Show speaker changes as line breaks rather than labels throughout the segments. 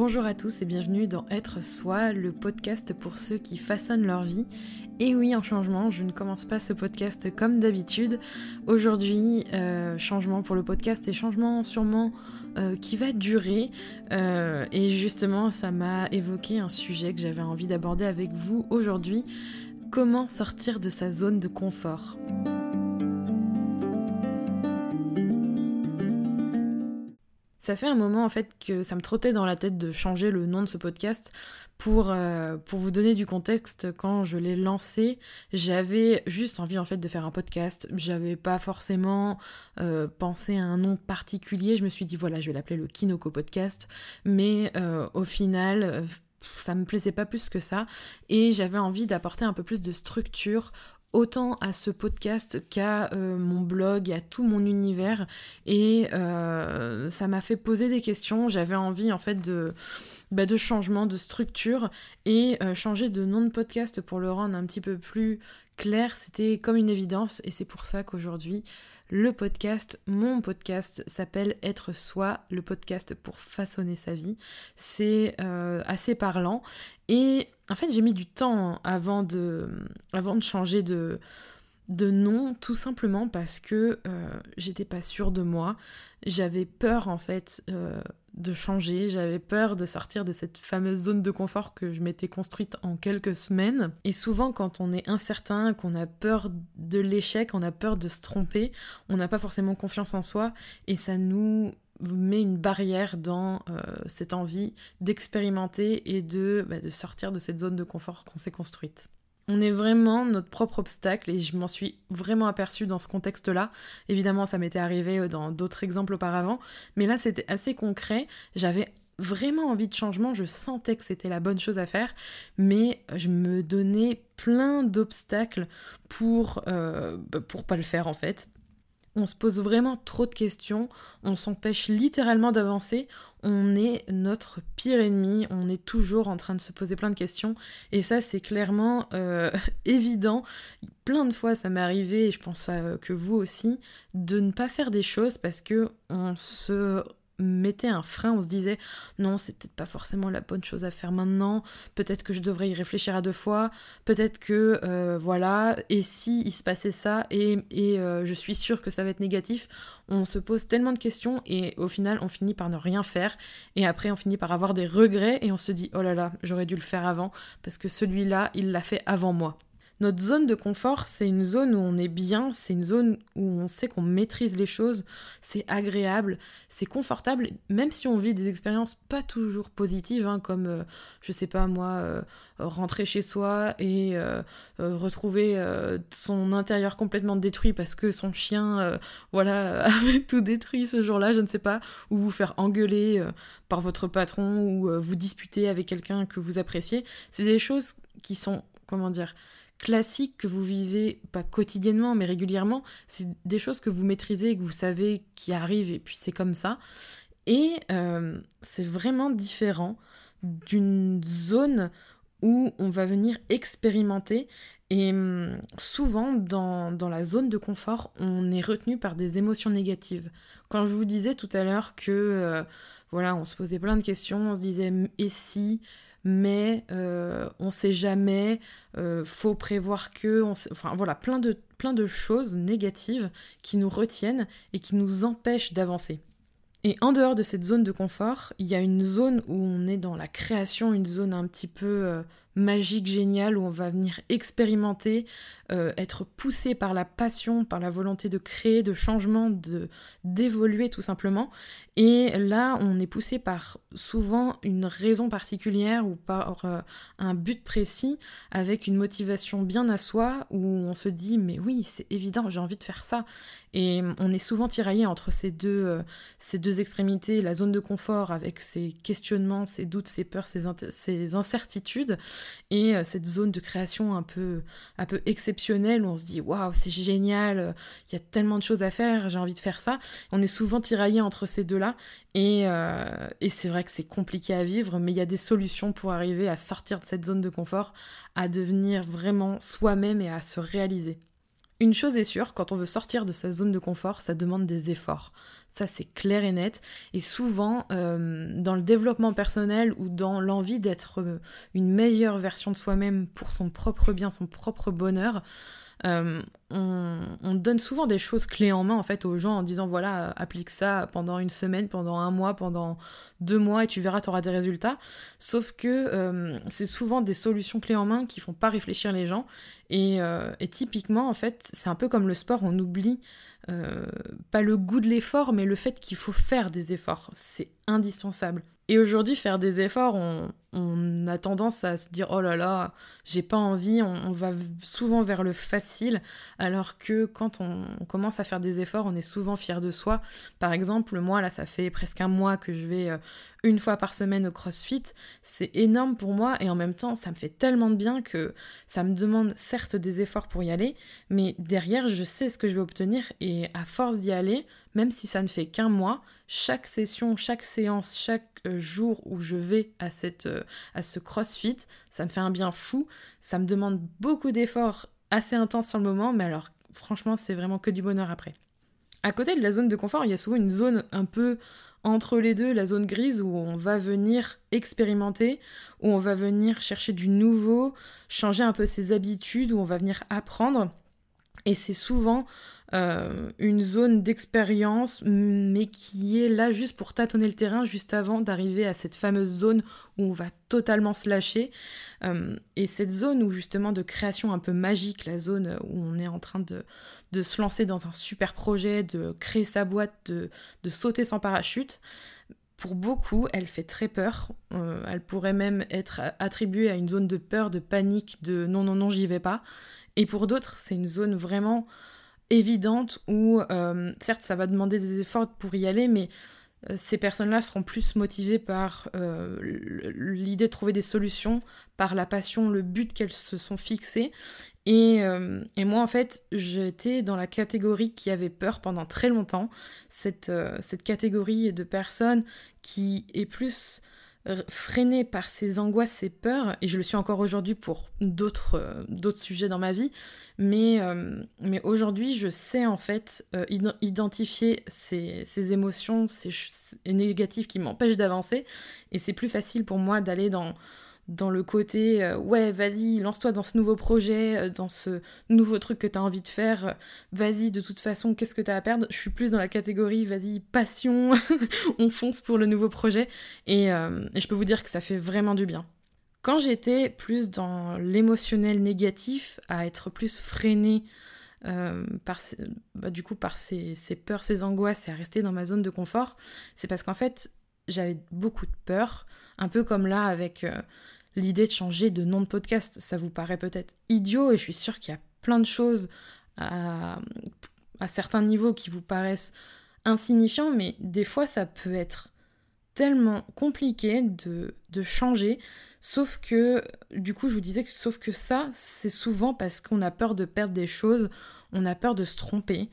Bonjour à tous et bienvenue dans Être Soi, le podcast pour ceux qui façonnent leur vie. Et oui, en changement, je ne commence pas ce podcast comme d'habitude. Aujourd'hui, changement pour le podcast et changement sûrement qui va durer. Et justement, ça m'a évoqué un sujet que j'avais envie d'aborder avec vous aujourd'hui. Comment sortir de sa zone de confort ? Ça fait un moment en fait que ça me trottait dans la tête de changer le nom de ce podcast pour vous donner du contexte. Quand je l'ai lancé, j'avais juste envie en fait de faire un podcast. J'avais pas forcément pensé à un nom particulier. Je me suis dit voilà, je vais l'appeler le Kinoko Podcast. Mais au final, ça me plaisait pas plus que ça. Et j'avais envie d'apporter un peu plus de structure autant à ce podcast qu'à mon blog, à tout mon univers, et ça m'a fait poser des questions. J'avais envie en fait de changement, de structure, et changer de nom de podcast pour le rendre un petit peu plus clair, c'était comme une évidence, et c'est pour ça qu'aujourd'hui mon podcast s'appelle Être Soi, le podcast pour façonner sa vie. C'est assez parlant. Et en fait, j'ai mis du temps avant de changer de nom, tout simplement parce que j'étais pas sûre de moi. J'avais peur en fait de changer, j'avais peur de sortir de cette fameuse zone de confort que je m'étais construite en quelques semaines. Et souvent quand on est incertain, qu'on a peur de l'échec, on a peur de se tromper, on n'a pas forcément confiance en soi et ça nous met une barrière dans cette envie d'expérimenter et de sortir de cette zone de confort qu'on s'est construite. On est vraiment notre propre obstacle et je m'en suis vraiment aperçue dans ce contexte-là. Évidemment, ça m'était arrivé dans d'autres exemples auparavant, mais là, c'était assez concret. J'avais vraiment envie de changement, je sentais que c'était la bonne chose à faire, mais je me donnais plein d'obstacles pour pas le faire en fait. On se pose vraiment trop de questions, on s'empêche littéralement d'avancer, on est notre pire ennemi, on est toujours en train de se poser plein de questions, et ça c'est clairement évident. Plein de fois ça m'est arrivé, et je pense que vous aussi, de ne pas faire des choses parce que on se mettait un frein, on se disait non, c'est peut-être pas forcément la bonne chose à faire maintenant, peut-être que je devrais y réfléchir à 2 fois, peut-être que et si il se passait ça et je suis sûre que ça va être négatif. On se pose tellement de questions et au final on finit par ne rien faire et après on finit par avoir des regrets et on se dit oh là là, j'aurais dû le faire avant parce que celui-là il l'a fait avant moi. Notre zone de confort, c'est une zone où on est bien, c'est une zone où on sait qu'on maîtrise les choses, c'est agréable, c'est confortable, même si on vit des expériences pas toujours positives, comme, je sais pas moi, rentrer chez soi et retrouver son intérieur complètement détruit parce que son chien, avait tout détruit ce jour-là, je ne sais pas, ou vous faire engueuler par votre patron, ou vous disputer avec quelqu'un que vous appréciez. C'est des choses qui sont, classiques que vous vivez, pas quotidiennement, mais régulièrement. C'est des choses que vous maîtrisez, que vous savez qui arrivent, et puis c'est comme ça. Et c'est vraiment différent d'une zone où on va venir expérimenter. Et souvent, dans la zone de confort, on est retenu par des émotions négatives. Quand je vous disais tout à l'heure que, on se posait plein de questions, on se disait « et si ?» mais on sait jamais, faut prévoir que, plein de choses négatives qui nous retiennent et qui nous empêchent d'avancer. Et en dehors de cette zone de confort, il y a une zone où on est dans la création, une zone un petit peu magique, géniale, où on va venir expérimenter, être poussé par la passion, par la volonté de créer, de changement, d'évoluer tout simplement. Et là, on est poussé par souvent une raison particulière ou par un but précis, avec une motivation bien à soi, où on se dit « mais oui, c'est évident, j'ai envie de faire ça ». Et on est souvent tiraillé entre ces deux extrémités, la zone de confort avec ses questionnements, ses doutes, ses peurs, ses incertitudes, et cette zone de création un peu exceptionnelle où on se dit waouh, c'est génial, il y a tellement de choses à faire, j'ai envie de faire ça. On est souvent tiraillé entre ces deux-là, et c'est vrai que c'est compliqué à vivre, mais il y a des solutions pour arriver à sortir de cette zone de confort, à devenir vraiment soi-même et à se réaliser. Une chose est sûre, quand on veut sortir de sa zone de confort, ça demande des efforts. Ça, c'est clair et net. Et souvent, dans le développement personnel ou dans l'envie d'être une meilleure version de soi-même pour son propre bien, son propre bonheur, on donne souvent des choses clés en main en fait aux gens en disant voilà, applique ça pendant une semaine, pendant un mois, pendant 2 mois et tu verras, tu auras des résultats. Sauf que c'est souvent des solutions clés en main qui font pas réfléchir les gens et typiquement en fait c'est un peu comme le sport, on oublie pas le goût de l'effort mais le fait qu'il faut faire des efforts, c'est indispensable. Et aujourd'hui, faire des efforts, on a tendance à se dire « Oh là là, j'ai pas envie », on va souvent vers le facile, alors que quand on commence à faire des efforts, on est souvent fier de soi. Par exemple, moi, là, ça fait presque un mois que je vais une fois par semaine au CrossFit. C'est énorme pour moi et en même temps, ça me fait tellement de bien que ça me demande certes des efforts pour y aller, mais derrière, je sais ce que je vais obtenir et à force d'y aller, même si ça ne fait qu'un mois, chaque session, chaque séance, chaque jour où je vais à ce CrossFit, ça me fait un bien fou. Ça me demande beaucoup d'efforts assez intenses sur le moment, mais alors franchement, c'est vraiment que du bonheur après. À côté de la zone de confort, il y a souvent une zone un peu entre les deux, la zone grise où on va venir expérimenter, où on va venir chercher du nouveau, changer un peu ses habitudes, où on va venir apprendre. Et c'est souvent une zone d'expérience, mais qui est là juste pour tâtonner le terrain, juste avant d'arriver à cette fameuse zone où on va totalement se lâcher. Et cette zone où justement de création un peu magique, la zone où on est en train de se lancer dans un super projet, de créer sa boîte, de sauter sans parachute, pour beaucoup, elle fait très peur. Elle pourrait même être attribuée à une zone de peur, de panique, de non, non, non, j'y vais pas. Et pour d'autres, c'est une zone vraiment évidente où, certes, ça va demander des efforts pour y aller, mais ces personnes-là seront plus motivées par l'idée de trouver des solutions, par la passion, le but qu'elles se sont fixées. Et moi, en fait, j'étais dans la catégorie qui avait peur pendant très longtemps. Cette catégorie de personnes qui est plus freinée par ses angoisses, ses peurs, et je le suis encore aujourd'hui pour d'autres sujets dans ma vie, mais aujourd'hui, je sais en fait identifier ces émotions, ces négatives qui m'empêchent d'avancer, et c'est plus facile pour moi d'aller dans le côté ouais, vas-y, lance-toi dans ce nouveau projet, dans ce nouveau truc que t'as envie de faire, vas-y, de toute façon, qu'est-ce que t'as à perdre? Je suis plus dans la catégorie, vas-y, passion, on fonce pour le nouveau projet, et je peux vous dire que ça fait vraiment du bien. Quand j'étais plus dans l'émotionnel négatif, à être plus freinée par ces peurs, ces angoisses, et à rester dans ma zone de confort, c'est parce qu'en fait, j'avais beaucoup de peur, un peu comme là avec l'idée de changer de nom de podcast. Ça vous paraît peut-être idiot, et je suis sûre qu'il y a plein de choses à certains niveaux qui vous paraissent insignifiants, mais des fois ça peut être tellement compliqué de changer, sauf que, du coup je vous disais que sauf que ça, c'est souvent parce qu'on a peur de perdre des choses, on a peur de se tromper,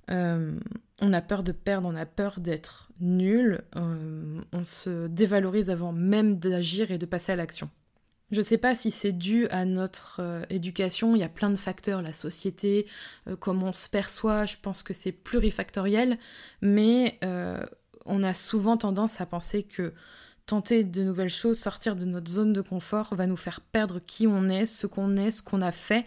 on a peur de perdre, on a peur d'être nul, on se dévalorise avant même d'agir et de passer à l'action. Je sais pas si c'est dû à notre éducation, il y a plein de facteurs, la société, comment on se perçoit, je pense que c'est plurifactoriel, mais on a souvent tendance à penser que tenter de nouvelles choses, sortir de notre zone de confort, va nous faire perdre qui on est, ce qu'on a fait,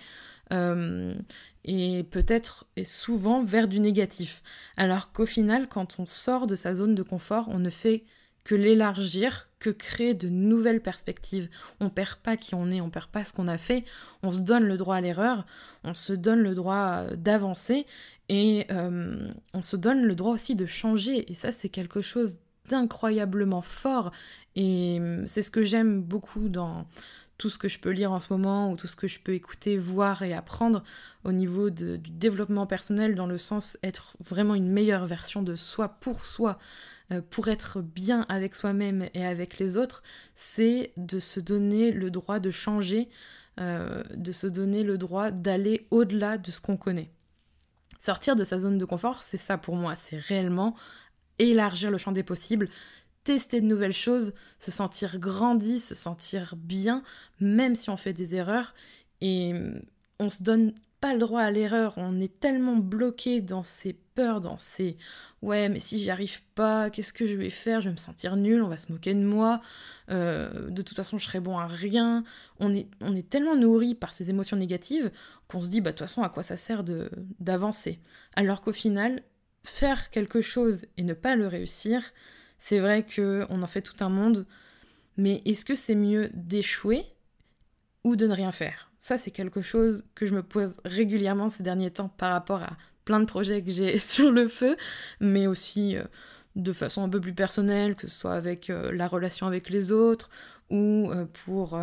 et peut-être et souvent vers du négatif. Alors qu'au final, quand on sort de sa zone de confort, on ne fait que l'élargir, que créer de nouvelles perspectives. On perd pas qui on est, on perd pas ce qu'on a fait, on se donne le droit à l'erreur, on se donne le droit d'avancer et on se donne le droit aussi de changer. Et ça, c'est quelque chose d'incroyablement fort et c'est ce que j'aime beaucoup dans tout ce que je peux lire en ce moment ou tout ce que je peux écouter, voir et apprendre au niveau du développement personnel, dans le sens être vraiment une meilleure version de soi, pour être bien avec soi-même et avec les autres, c'est de se donner le droit de changer, de se donner le droit d'aller au-delà de ce qu'on connaît. Sortir de sa zone de confort, c'est ça pour moi, c'est réellement élargir le champ des possibles, tester de nouvelles choses, se sentir grandi, se sentir bien, même si on fait des erreurs, et on se donne pas le droit à l'erreur, on est tellement bloqué dans ses peurs, dans ses « ouais, mais si j'y arrive pas, qu'est-ce que je vais faire? Je vais me sentir nulle, on va se moquer de moi, de toute façon je serai bon à rien ». On est tellement nourri par ces émotions négatives qu'on se dit bah de toute façon à quoi ça sert d'avancer. Alors qu'au final, faire quelque chose et ne pas le réussir, c'est vrai qu'on en fait tout un monde, mais est-ce que c'est mieux d'échouer ou de ne rien faire? Ça, c'est quelque chose que je me pose régulièrement ces derniers temps par rapport à plein de projets que j'ai sur le feu, mais aussi de façon un peu plus personnelle, que ce soit avec la relation avec les autres ou pour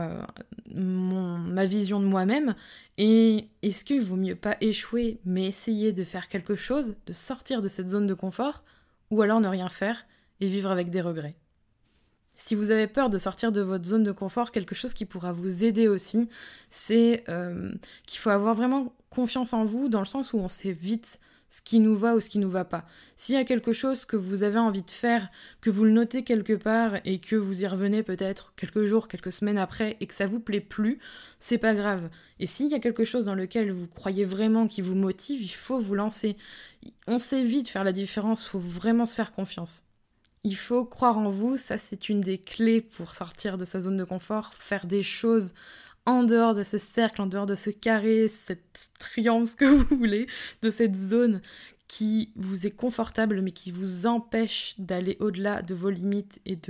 ma vision de moi-même. Et est-ce qu'il vaut mieux pas échouer, mais essayer de faire quelque chose, de sortir de cette zone de confort, ou alors ne rien faire et vivre avec des regrets? Si vous avez peur de sortir de votre zone de confort, quelque chose qui pourra vous aider aussi, c'est qu'il faut avoir vraiment confiance en vous, dans le sens où on sait vite ce qui nous va ou ce qui nous va pas. S'il y a quelque chose que vous avez envie de faire, que vous le notez quelque part et que vous y revenez peut-être quelques jours, quelques semaines après et que ça vous plaît plus, c'est pas grave. Et s'il y a quelque chose dans lequel vous croyez vraiment qui vous motive, il faut vous lancer. On sait vite faire la différence, il faut vraiment se faire confiance. Il faut croire en vous, ça c'est une des clés pour sortir de sa zone de confort, faire des choses en dehors de ce cercle, en dehors de ce carré, cette triangle, ce que vous voulez, de cette zone qui vous est confortable mais qui vous empêche d'aller au-delà de vos limites et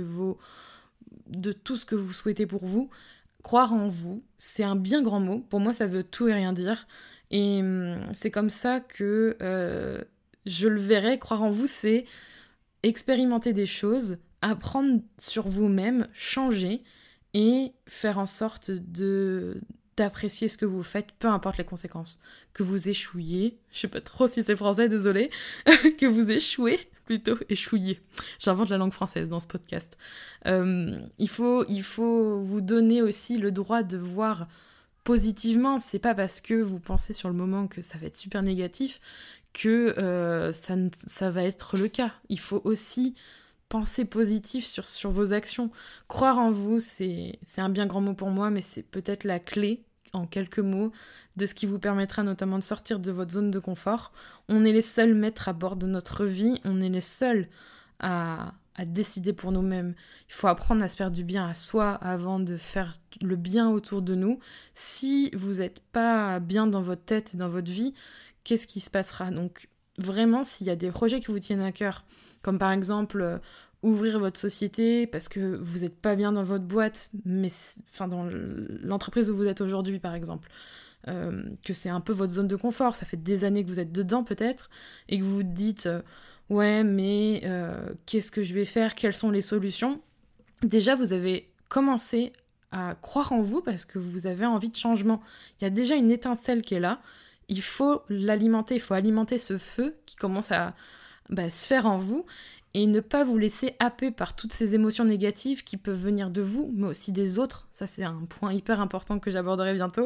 de tout ce que vous souhaitez pour vous. Croire en vous, c'est un bien grand mot. Pour moi, ça veut tout et rien dire. Et c'est comme ça que je le verrai. Croire en vous, c'est expérimenter des choses, apprendre sur vous-même, changer et faire en sorte d'apprécier ce que vous faites, peu importe les conséquences. Que vous échouiez, je sais pas trop si c'est français, désolé, que vous échouez, plutôt échouiez. J'invente la langue française dans ce podcast. Il faut vous donner aussi le droit de voir positivement. C'est pas parce que vous pensez sur le moment que ça va être super négatif que ça va être le cas. Il faut aussi penser positif sur vos actions. Croire en vous, c'est un bien grand mot pour moi, mais c'est peut-être la clé, en quelques mots, de ce qui vous permettra notamment de sortir de votre zone de confort. On est les seuls maîtres à bord de notre vie, on est les seuls à décider pour nous-mêmes. Il faut apprendre à se faire du bien à soi avant de faire le bien autour de nous. Si vous n'êtes pas bien dans votre tête et dans votre vie, qu'est-ce qui se passera? Donc vraiment, s'il y a des projets qui vous tiennent à cœur, comme par exemple ouvrir votre société parce que vous n'êtes pas bien dans votre boîte, mais dans l'entreprise où vous êtes aujourd'hui par exemple, que c'est un peu votre zone de confort, ça fait des années que vous êtes dedans peut-être, et que vous vous dites ouais mais qu'est-ce que je vais faire, quelles sont les solutions? Déjà vous avez commencé à croire en vous parce que vous avez envie de changement. Il y a déjà une étincelle qui est là. Il faut l'alimenter, il faut alimenter ce feu qui commence à se faire en vous et ne pas vous laisser happer par toutes ces émotions négatives qui peuvent venir de vous, mais aussi des autres. Ça, c'est un point hyper important que j'aborderai bientôt.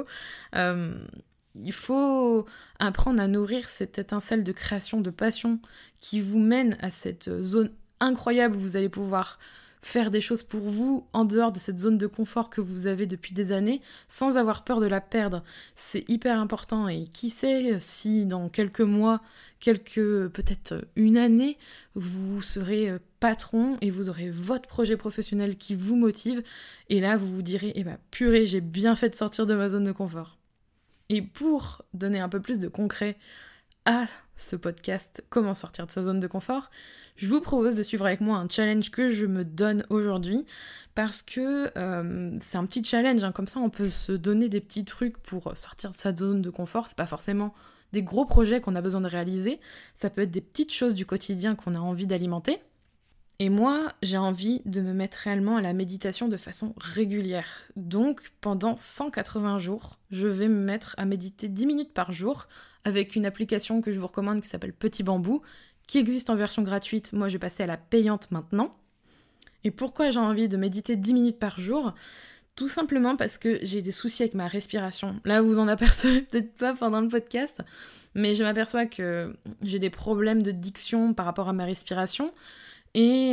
Il faut apprendre à nourrir cette étincelle de création, de passion qui vous mène à cette zone incroyable où vous allez pouvoir faire des choses pour vous en dehors de cette zone de confort que vous avez depuis des années sans avoir peur de la perdre. C'est hyper important et qui sait si dans quelques mois, peut-être une année, vous serez patron et vous aurez votre projet professionnel qui vous motive et là vous vous direz purée, j'ai bien fait de sortir de ma zone de confort. Et pour donner un peu plus de concret à ce podcast Comment sortir de sa zone de confort, je vous propose de suivre avec moi un challenge que je me donne aujourd'hui parce que c'est un petit challenge, comme ça on peut se donner des petits trucs pour sortir de sa zone de confort. C'est pas forcément des gros projets qu'on a besoin de réaliser, ça peut être des petites choses du quotidien qu'on a envie d'alimenter. Et moi, j'ai envie de me mettre réellement à la méditation de façon régulière. Donc, pendant 180 jours, je vais me mettre à méditer 10 minutes par jour avec une application que je vous recommande qui s'appelle Petit Bambou, qui existe en version gratuite. Moi, je vais passer à la payante maintenant. Et pourquoi j'ai envie de méditer 10 minutes par jour ? Tout simplement parce que j'ai des soucis avec ma respiration. Là, vous en apercevez peut-être pas pendant le podcast, mais je m'aperçois que j'ai des problèmes de diction par rapport à ma respiration. Et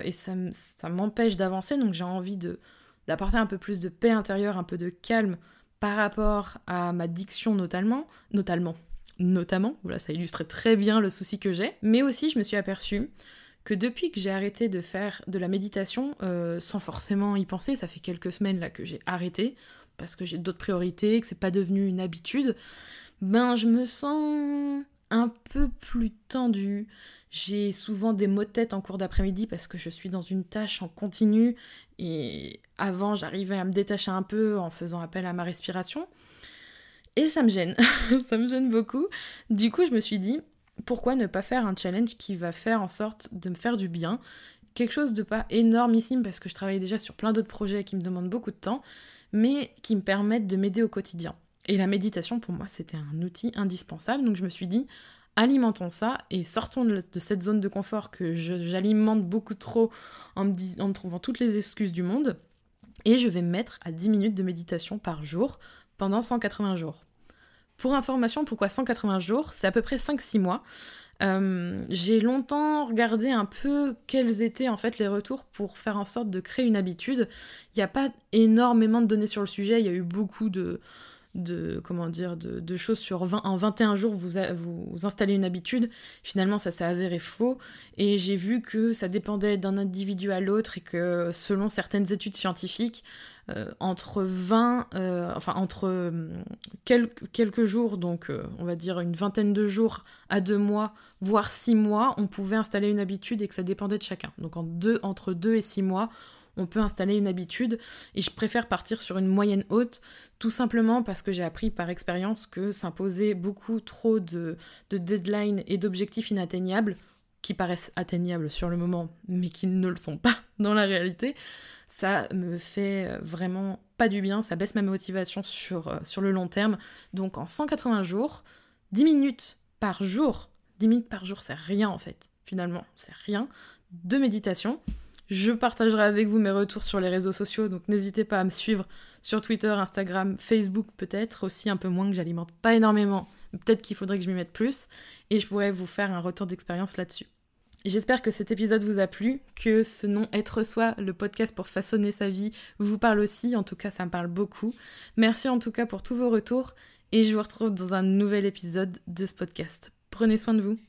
ça m'empêche d'avancer, donc j'ai envie d'apporter un peu plus de paix intérieure, un peu de calme par rapport à ma diction notamment, voilà, ça illustrait très bien le souci que j'ai, mais aussi je me suis aperçue que depuis que j'ai arrêté de faire de la méditation, sans forcément y penser, ça fait quelques semaines là que j'ai arrêté, parce que j'ai d'autres priorités, que c'est pas devenu une habitude, ben je me sens un peu plus tendue. J'ai souvent des maux de tête en cours d'après-midi parce que je suis dans une tâche en continu et avant j'arrivais à me détacher un peu en faisant appel à ma respiration. Et ça me gêne, ça me gêne beaucoup. Du coup je me suis dit, pourquoi ne pas faire un challenge qui va faire en sorte de me faire du bien. Quelque chose de pas énormissime parce que je travaille déjà sur plein d'autres projets qui me demandent beaucoup de temps, mais qui me permettent de m'aider au quotidien. Et la méditation, pour moi, c'était un outil indispensable. Donc je me suis dit, alimentons ça et sortons de cette zone de confort que j'alimente beaucoup trop en me trouvant toutes les excuses du monde. Et je vais me mettre à 10 minutes de méditation par jour pendant 180 jours. Pour information, pourquoi 180 jours ? C'est à peu près 5-6 mois. J'ai longtemps regardé un peu quels étaient en fait les retours pour faire en sorte de créer une habitude. Il n'y a pas énormément de données sur le sujet, il y a eu beaucoup de choses sur en 21 jours vous installez une habitude. Finalement ça s'est avéré faux et j'ai vu que ça dépendait d'un individu à l'autre et que selon certaines études scientifiques entre quelques jours, donc on va dire une vingtaine de jours à 2 mois, voire 6 mois, on pouvait installer une habitude et que ça dépendait de chacun. Donc entre 2 et 6 mois, on peut installer une habitude et je préfère partir sur une moyenne haute, tout simplement parce que j'ai appris par expérience que s'imposer beaucoup trop de deadlines et d'objectifs inatteignables, qui paraissent atteignables sur le moment, mais qui ne le sont pas dans la réalité, ça me fait vraiment pas du bien, ça baisse ma motivation sur le long terme. Donc en 180 jours, 10 minutes par jour, c'est rien en fait, finalement, c'est rien, de méditation. Je partagerai avec vous mes retours sur les réseaux sociaux, donc n'hésitez pas à me suivre sur Twitter, Instagram, Facebook peut-être, aussi un peu moins que j'alimente pas énormément. Peut-être qu'il faudrait que je m'y mette plus, et je pourrais vous faire un retour d'expérience là-dessus. J'espère que cet épisode vous a plu, que ce nom Être Soi, le podcast pour façonner sa vie, vous parle aussi, en tout cas ça me parle beaucoup. Merci en tout cas pour tous vos retours, et je vous retrouve dans un nouvel épisode de ce podcast. Prenez soin de vous.